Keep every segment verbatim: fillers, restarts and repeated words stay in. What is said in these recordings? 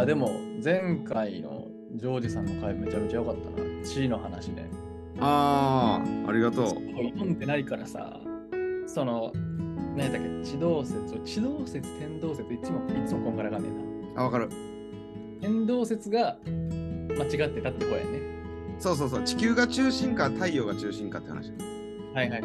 や、でも、前回のジョージさんの回めちゃめちゃ良かったな。地の話ね。 ああ、ありがとう。 読んでないからさ、その、何だっけ、地動説、地動説、天動説、いつも、いつもこんがらがんねえな。 あ、わかる。 天動説が間違ってたって方やね。 そうそうそう。地球が中心か太陽が中心かって話。 はいはいはい。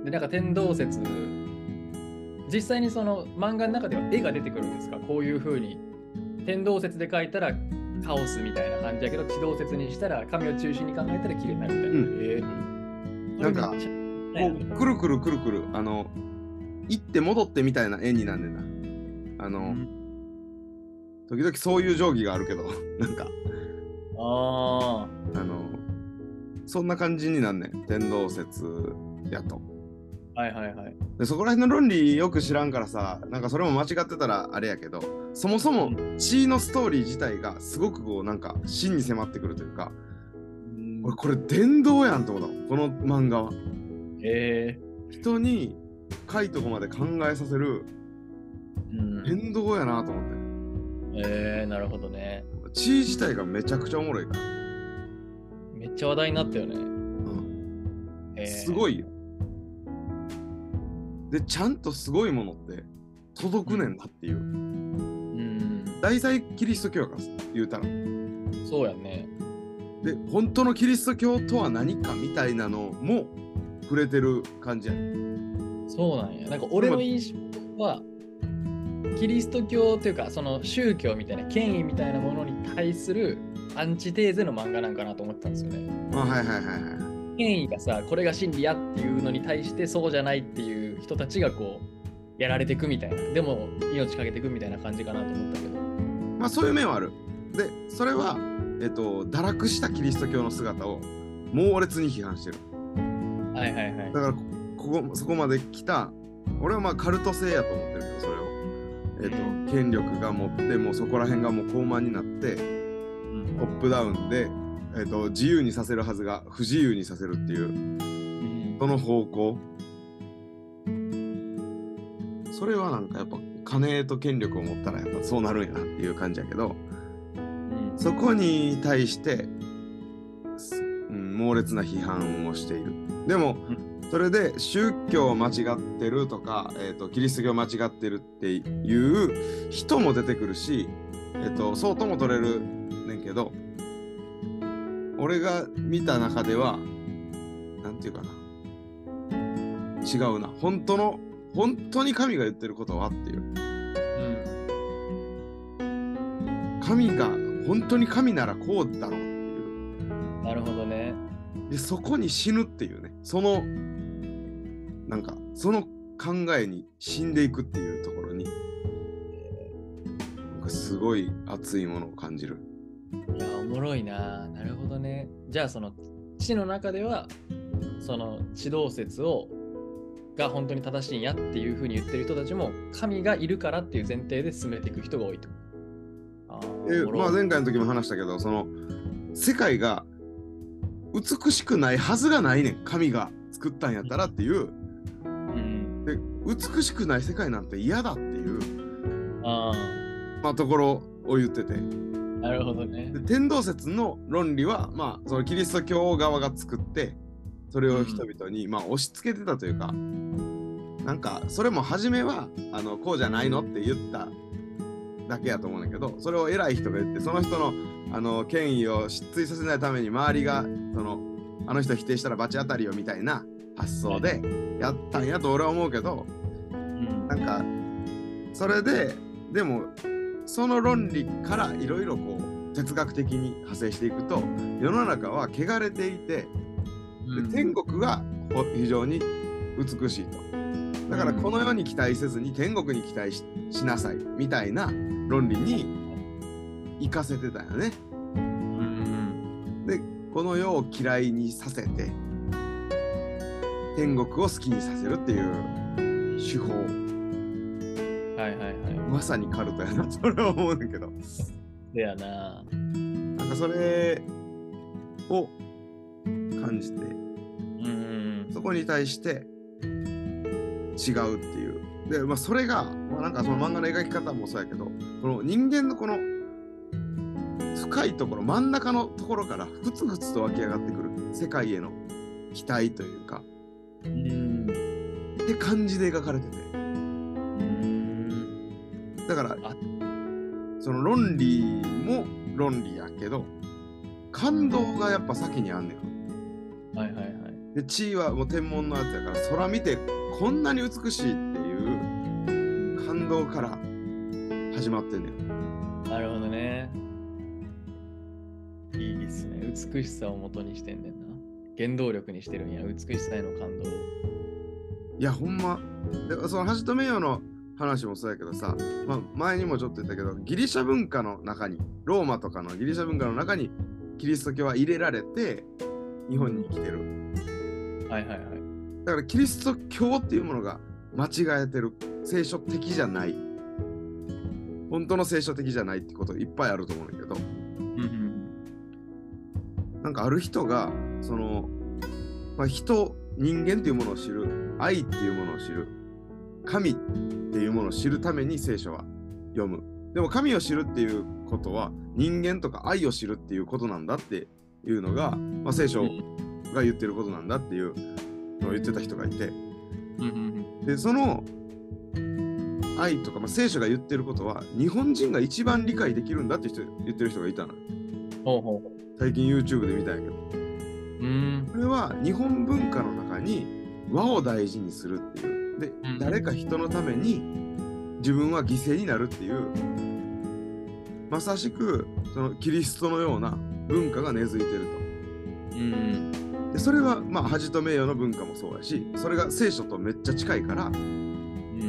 で、なんか天動説、実際にその漫画の中では絵が出てくるんですか？こういう風に天動説で書いたらカオスみたいな感じやけど、地動説にしたら神を中心に考えたら綺麗になるみたいな。 うんえー、 なんかこうくるくるくるくるあの行って戻ってみたいな絵になんねんな。あの、うん、時々そういう定規があるけどなんかああのそんな感じになんねん、天動説やと。 はいはいはい。 でそこら辺の論理よく知らんからさ、なんかそれも間違ってたらあれやけど、そもそも地のストーリー自体がすごくこうなんか真に迫ってくるというか、うん、俺これ伝道やんと思ったこの漫画は。 へえー。 人に深いとこまで考えさせる伝道やなと思って。 へえー、なるほどね。 地自体がめちゃくちゃおもろいから。 めっちゃ話題になったよね。うん。えー、すごいよ。で、ちゃんとすごいものって届くねんなっていう。うん。大体キリスト教やから言うたら。 そうやね。 で、本当のキリスト教とは何かみたいなのも触れてる感じやね。 そうなんや。なんか俺の印象は、キリスト教というか、その宗教みたいな権威みたいなものに対するアンチテーゼの漫画なんかなと思ってたんですよね。 あ、はいはいはいはい。 権威がさ、これが真理やっていうのに対してそうじゃないっていう人たちがこうやられていくみたいな、でも命かけていくみたいな感じかなと思ったけど、 まあそういう面はある。でそれはえっと堕落したキリスト教の姿を猛烈に批判してる。 はいはいはい。 だからここそこまで来た、俺はまあカルト性やと思ってるけど、それをえっと権力が持ってもうそこら辺がもう高慢になって、うん、トップダウンでえー、と自由にさせるはずが不自由にさせるっていう、うん、その方向、それはなんかやっぱ金と権力を持ったらやっぱそうなるんやなっていう感じやけど、うん、そこに対して、うん、猛烈な批判をしている。でも、うん、それで宗教間違ってるとか、えー、とキリスト教間違ってるっていう人も出てくるし、えー、とそうとも取れるねんけど、俺が見た中ではなんていうかな、違うな、本当の本当に神が言ってることはっていう、うん、神が本当に神ならこうだろうっていう。 なるほどね。 でそこに死ぬっていうね、そのなんかその考えに死んでいくっていうところに、なんかすごい熱いものを感じる。 いや、おもろいな。なるほどね。じゃあ、その地の中では、その地動説をが本当に正しいんやっていうふうに言ってる人たちも、神がいるからっていう前提で進めていく人が多いと。 あえまあ、前回の時も話したけど、その世界が美しくないはずがないねん、神が作ったんやったらっていう、うん、で美しくない世界なんて嫌だっていう、あ、まあ、ところを言ってて。 なるほどね。 で天動説の論理は、まあ、そのキリスト教側が作ってそれを人々に、うん、まあ、押し付けてたというか、なんかそれも初めはあのこうじゃないのって言っただけやと思うんだけど、それを偉い人が言って、その人のあの権威を失墜させないために周りがそのあの人否定したら罰当たりよみたいな発想でやったんやと俺は思うけど、うん、なんかそれででもその論理からいろいろこう哲学的に派生していくと、世の中は汚れていて、で天国が非常に美しいと。だからこの世に期待せずに天国に期待 し, しなさいみたいな論理に生かせてたよね。でこの世を嫌いにさせて天国を好きにさせるっていう手法。 はいはいはい。 まさにカルトやなそれは思うんだけど。 でやな。 なんかそれを感じて、うんそこに対して違うっていう。で、まあ、それが、まあ、なんかその漫画の描き方もそうやけど、この人間のこの深いところ、真ん中のところからふつふつと湧き上がってくる世界への期待というか、 うん。 って感じで描かれてて。 うん。 だからあ、 その論理も論理やけど、感動がやっぱ先にあんねん。 はいはいはい。 で、地位はもう天文のやつやから、空見てこんなに美しいっていう感動から始まってんねん。 なるほどね。いいですね。美しさを元にしてんねんな。原動力にしてるんや、美しさへの感動を。 いや、ほんま。で、その橋留洋の話もそうやけどさ、まあ、前にもちょっと言ったけど、ギリシャ文化の中に、ローマとかのギリシャ文化の中に、キリスト教は入れられて、日本に来てる。 はいはいはい。 だからキリスト教っていうものが間違えてる。聖書的じゃない。本当の聖書的じゃないってこといっぱいあると思うんだけど、 うんうん。 なんかある人が、その、まあ、人、人間っていうものを知る、愛っていうものを知る、神っていうものを知るために聖書は読む。でも神を知るっていうことは人間とか愛を知るっていうことなんだっていうのが、まあ、聖書が言ってることなんだっていうのを言ってた人がいて、 うんうんうん。 で、その愛とか、まあ、聖書が言ってることは日本人が一番理解できるんだって人言ってる人がいたの。 ほうほうほ最近 YouTube で見たんやけど、 う。うーん。 これは日本文化の中に和を大事にするっていう。で、 うん誰か人のために自分は犠牲になるっていう、まさしくそのキリストのような文化が根付いてると。 うん。 で、それはまあ恥と名誉の文化もそうやし、それが聖書とめっちゃ近いから、 うん、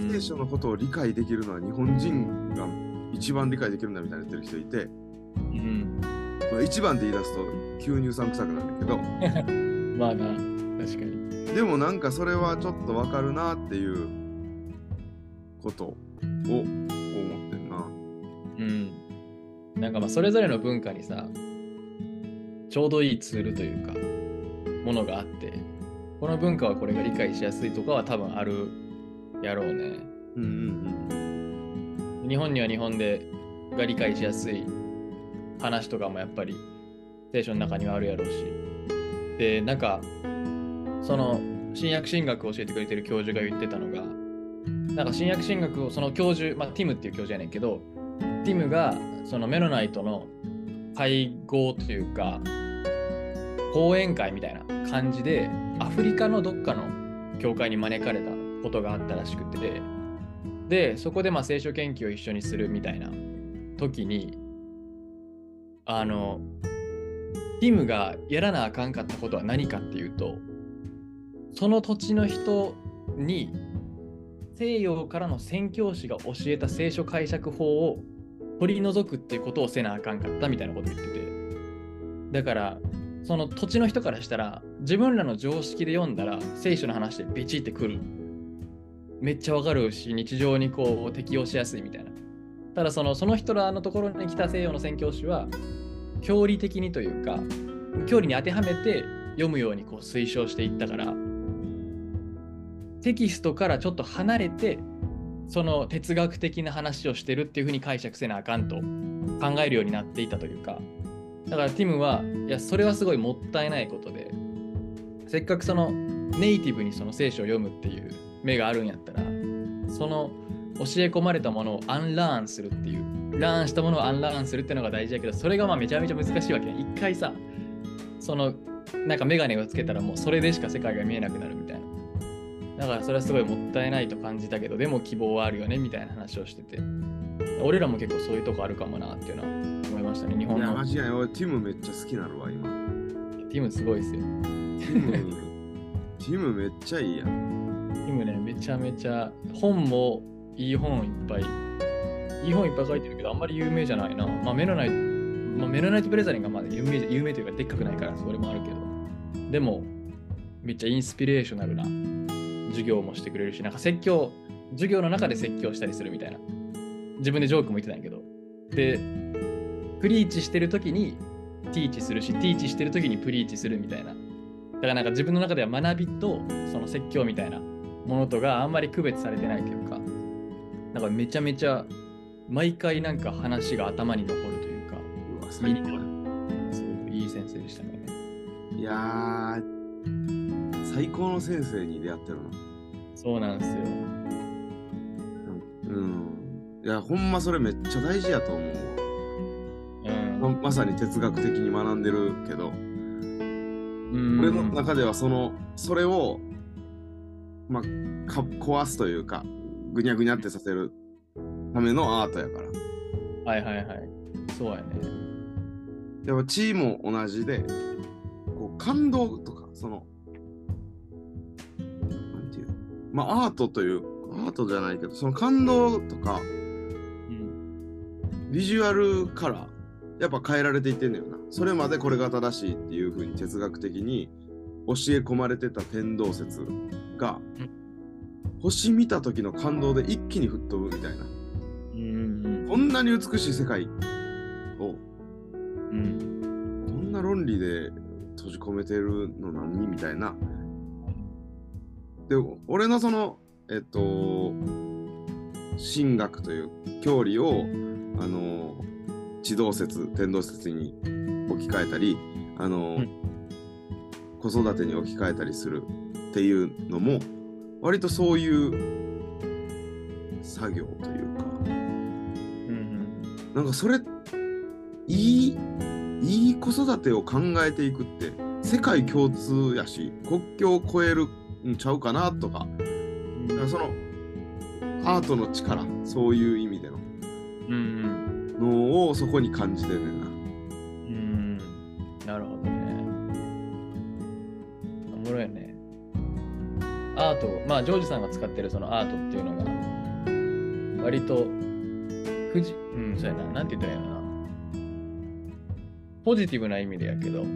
聖書のことを理解できるのは日本人が一番理解できるんだみたいな言ってる人いて、 うん。 まあ、一番って言い出すと急にうさんくさくなるんだけど、 まあな、確かに。 でもなんかそれはちょっとわかるなっていうことを思ってんな。 うん。なんかまあそれぞれの文化にさ、ちょうどいいツールというか、ものがあって、この文化はこれが理解しやすいとかは多分あるやろうね。 うんうんうん。日本には日本でが理解しやすい話とかもやっぱり聖書の中にはあるやろうし。で、なんか、その新約神学を教えてくれてる教授が言ってたのが、なんか新約神学をその教授、まあティムっていう教授やねんけど、ティムがそのメノナイトの会合というか、講演会みたいな感じで、アフリカのどっかの教会に招かれたことがあったらしくて、で、そこでまあ聖書研究を一緒にするみたいな時に、あの、ティムがやらなあかんかったことは何かっていうと、その土地の人に西洋からの宣教師が教えた聖書解釈法を取り除くっていうことをせなあかんかったみたいなこと言ってて、だからその土地の人からしたら自分らの常識で読んだら聖書の話でビチってくる、めっちゃわかるし日常にこう適用しやすいみたいな。ただそのその人らのところに来た西洋の宣教師は教理的にというか教理に当てはめて読むようにこう推奨していったから、テキストからちょっと離れてその哲学的な話をしてるっていう風に解釈せなあかんと考えるようになっていたというか、だからティムはいやそれはすごいもったいないことで、せっかくそのネイティブにその聖書を読むっていう目があるんやったら、その教え込まれたものをアンラーンするっていう、ラーンしたものをアンラーンするっていうのが大事だけど、それがまあめちゃめちゃ難しいわけね。一回さ、そのなんかメガネをつけたらもうそれでしか世界が見えなくなるみたいな。だからそれはすごいもったいないと感じたけど、でも希望はあるよねみたいな話をしてて、俺らも結構そういうとこあるかもなっていうのは思いましたね。日本の。 いや、間違いない。俺、ティムめっちゃ好きなるわ、今。 ティムすごいですよ。 ティム、ティムめっちゃいいやん。 ティムね、めちゃめちゃ、本もいい本いっぱい、いい本いっぱい書いてるけど、あんまり有名じゃないな。まあ、メノナイト、まあ、メノナイトブレザリンがまだ有名、有名というか、でっかくないから、それもあるけど、でも、めっちゃインスピレーショナルな授業もしてくれるし、なんか説教、授業の中で説教したりするみたいな。自分でジョークも言ってたんやけど。で、プリーチしてるときにティーチするし、ティーチしてるときにプリーチするみたいな。だからなんか自分の中では学びとその説教みたいなものとがあんまり区別されてないというか、なんかめちゃめちゃ毎回なんか話が頭に残るというか、 うわ、 最高や。 すごくいい先生でしたね。 いやー、最高の先生に出会ってるな。 そうなんですよ。 うん。いや、ほんまそれめっちゃ大事やと思うわ。 うん、 ままさに哲学的に学んでるけど、 うん、 俺の中ではその、それを、まあ、か壊すというか、ぐにゃぐにゃってさせるためのアートやから。 はいはいはい。そうやね。 やっぱ地位も同じで、こう感動とか、その、なんていう、まあアートという、アートじゃないけど、その感動とか、 うん、 ビジュアルからやっぱ変えられていってんのよな。それまでこれが正しいっていう風に哲学的に教え込まれてた天動説が、 うん、 星見た時の感動で一気に吹っ飛ぶみたいな。 うん、 こんなに美しい世界を、 うん、 こんな論理で閉じ込めてるの何みたいな。で、俺のその、えっと、神学という教理を、あの、地動説、天動説に置き換えたり、あの、うん、子育てに置き換えたりするっていうのも、割とそういう作業というか、うんうん、なんかそれ、いい、いい子育てを考えていくって世界共通やし、国境を越えるんちゃうかなとか、だからそのアートの力、そういう意味での、うんうん、のをそこに感じてるねんな。 うん、なるほどね。おもろいね。アート、まあジョージさんが使ってるそのアートっていうのが割とふじ、うん、そうやな、なんて言ったらいいのかな。ポジティブな意味でやけど、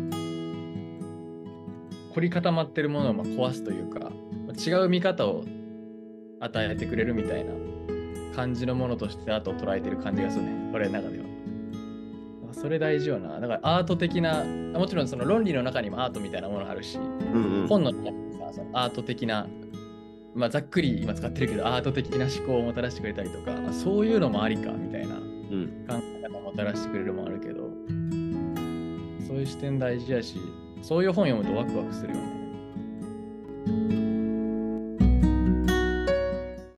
凝り固まってるものをまあ壊すというか、違う見方を与えてくれるみたいな感じのものとしてアートを捉えてる感じがするね、俺の中では。それ大事よな。だからアート的な、もちろんその論理の中にもアートみたいなものあるし、うんうん、本の中にさ、そのアート的な、まあざっくり今使ってるけど、アート的な思考をもたらしてくれたりとか、まあ、そういうのもありかみたいな考え方をもたらしてくれるもあるけど、そういう視点大事やし、そういう本読むとワクワクするよね。